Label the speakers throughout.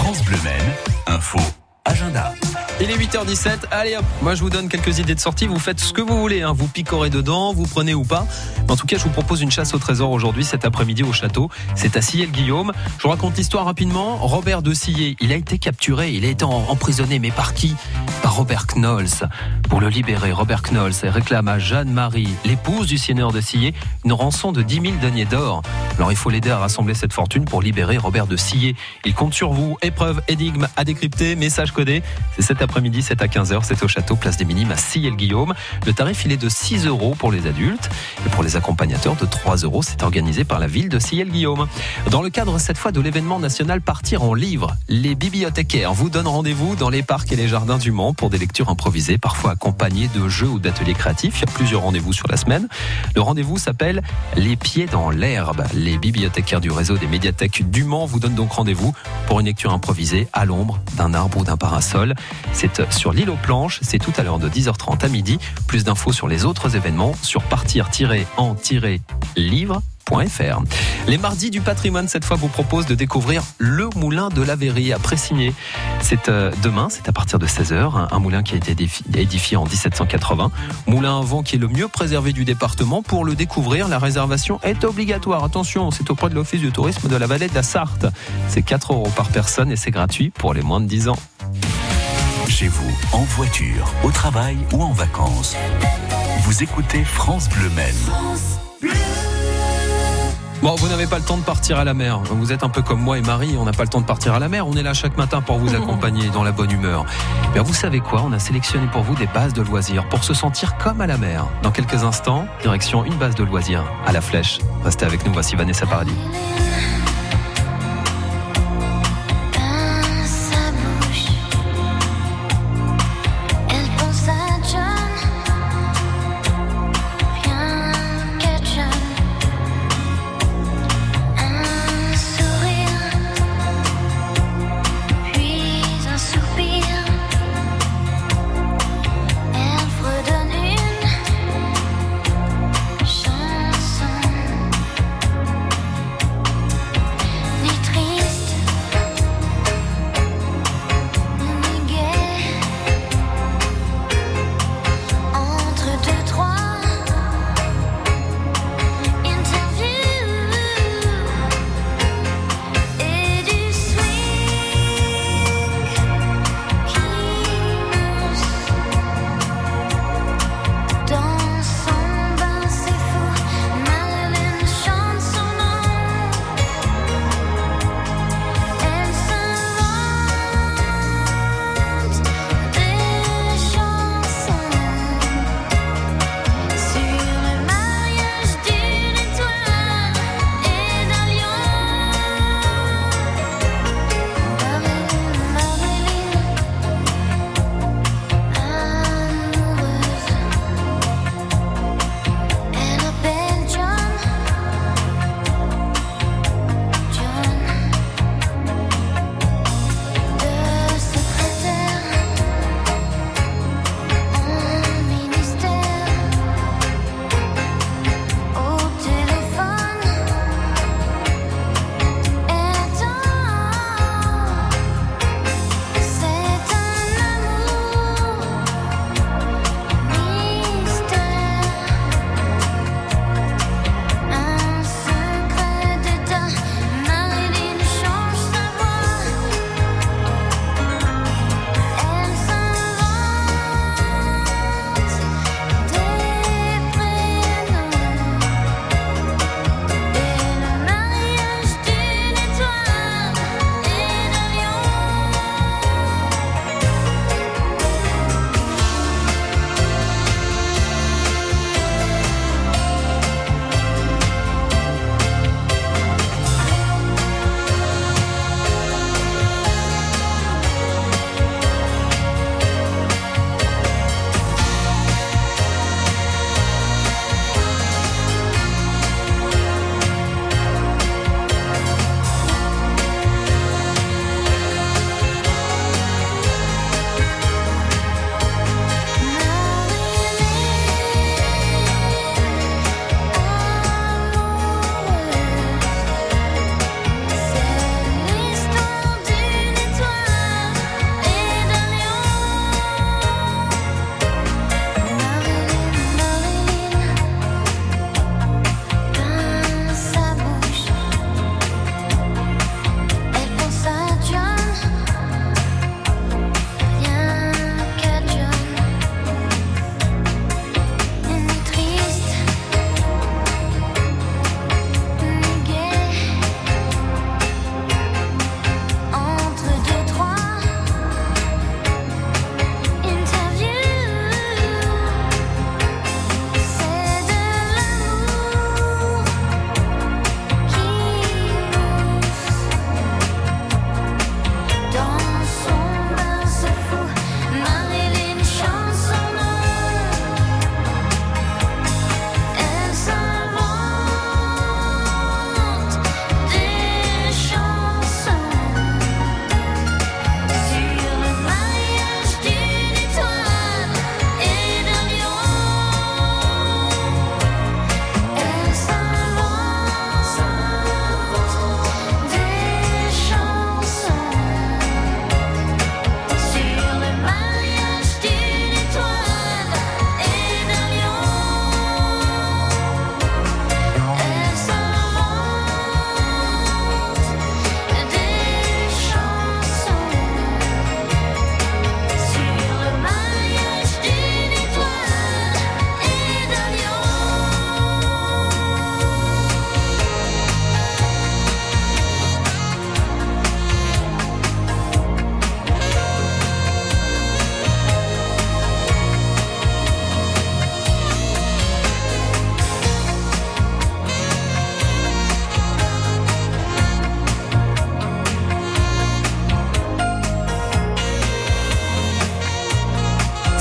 Speaker 1: France Bleu Maine, info, agenda.
Speaker 2: Il est 8h17, allez hop, moi je vous donne quelques idées de sortie, vous faites ce que vous voulez, vous picorez dedans, vous prenez ou pas. En tout cas, je vous propose une chasse au trésor aujourd'hui, cet après-midi au château. C'est à Sillé-le-Guillaume. Je vous raconte l'histoire rapidement. Robert de Sillé, il a été capturé, il a été emprisonné, mais par qui ? Par Robert Knolls. Pour le libérer, Robert Knolls réclame à Jeanne-Marie, l'épouse du seigneur de Sillé, une rançon de 10 000 deniers d'or. Alors il faut l'aider à rassembler cette fortune pour libérer Robert de Sillé. Il compte sur vous. Épreuve, énigme à décrypter, message codé. C'est cet après-midi, c'est à 15h, c'est au château, place des Minimes à Sillé-le-Guillaume. Le tarif, il est de 6 € pour les adultes et pour les accompagnateurs de 3 €. C'est organisé par la ville de Sillé-le-Guillaume. Dans le cadre cette fois de l'événement national Partir en livre, les bibliothécaires vous donnent rendez-vous dans les parcs et les jardins du Mans pour des lectures improvisées, parfois accompagnées de jeux ou d'ateliers créatifs. Il y a plusieurs rendez-vous sur la semaine. Le rendez-vous s'appelle Les pieds dans l'herbe. Les bibliothécaires du réseau des médiathèques du Mans vous donnent donc rendez-vous pour une lecture improvisée à l'ombre d'un arbre ou d'un parasol. C'est sur l'île aux planches, c'est tout à l'heure de 10h30 à midi. Plus d'infos sur les autres événements sur partir-en-livre.fr. Les mardis du patrimoine, cette fois, vous propose de découvrir le moulin de la Verrie à Pressigné. C'est demain, c'est à partir de 16h, un moulin qui a été édifié en 1780. Moulin à vent qui est le mieux préservé du département. Pour le découvrir, la réservation est obligatoire. Attention, c'est auprès de l'Office du tourisme de la vallée de la Sarthe. C'est 4 € par personne et c'est gratuit pour les moins de 10 ans.
Speaker 1: Chez vous, en voiture, au travail ou en vacances, vous écoutez France Bleu Maine.
Speaker 2: Bon, vous n'avez pas le temps de partir à la mer. Vous êtes un peu comme moi et Marie, on n'a pas le temps de partir à la mer. On est là chaque matin pour vous accompagner dans la bonne humeur. Bien, vous savez quoi ? On a sélectionné pour vous des bases de loisirs pour se sentir comme à la mer. Dans quelques instants, direction une base de loisirs à la Flèche. Restez avec nous, voici Vanessa Paradis.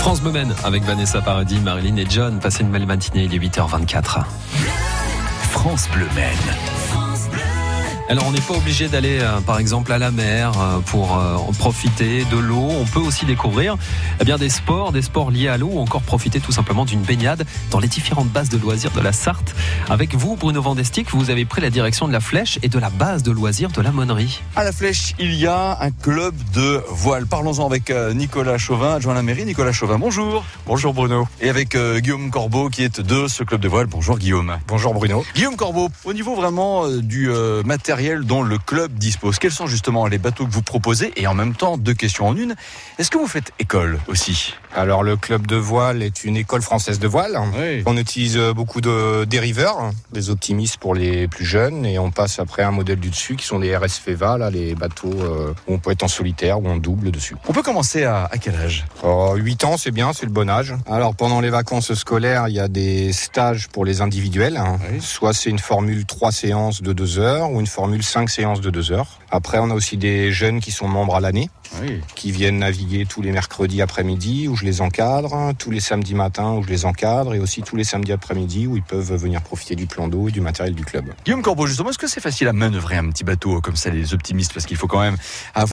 Speaker 2: France Bleu Maine avec Vanessa Paradis, Marilyn et John. Passez une belle matinée, il est 8h24.
Speaker 1: France Bleu Maine.
Speaker 2: Alors on n'est pas obligé d'aller par exemple à la mer pour en profiter de l'eau. On peut aussi découvrir des sports liés à l'eau ou encore profiter tout simplement d'une baignade dans les différentes bases de loisirs de la Sarthe. Avec vous, Bruno Vandestick, vous avez pris la direction de la Flèche et de la base de loisirs de la Monnerie.
Speaker 3: À la Flèche, il y a un club de voile. Parlons-en avec Nicolas Chauvin, adjoint à la mairie. Nicolas Chauvin, bonjour.
Speaker 4: Bonjour Bruno.
Speaker 3: Et avec Guillaume Corbeau qui est de ce club de voile. Bonjour Guillaume.
Speaker 4: Bonjour Bruno.
Speaker 3: Guillaume Corbeau, au niveau vraiment du matériel dont le club dispose, quels sont justement les bateaux que vous proposez? Et en même temps, 2 questions en une, est-ce que vous faites école aussi?
Speaker 4: Alors le club de voile est une école française de voile.
Speaker 3: Oui.
Speaker 4: On utilise beaucoup de dériveurs, des optimistes pour les plus jeunes, et on passe après un modèle du dessus qui sont des RS FEVA, là, les bateaux où on peut être en solitaire ou en double dessus.
Speaker 3: On peut commencer à quel âge?
Speaker 4: 8 ans, c'est bien, c'est le bon âge. Alors pendant les vacances scolaires, il y a des stages pour les individuels.
Speaker 3: Oui.
Speaker 4: Soit c'est une formule 3 séances de 2 heures ou une formule 5 séances de 2 heures. Après, on a aussi des jeunes qui sont membres à l'année,
Speaker 3: Oui.
Speaker 4: qui viennent naviguer tous les mercredis après-midi où je les encadre, tous les samedis matins où je les encadre et aussi tous les samedis après-midi où ils peuvent venir profiter du plan d'eau et du matériel du club.
Speaker 3: Guillaume Corbeau, justement, est-ce que c'est facile à manœuvrer un petit bateau comme ça, les optimistes? Parce qu'il faut quand même avoir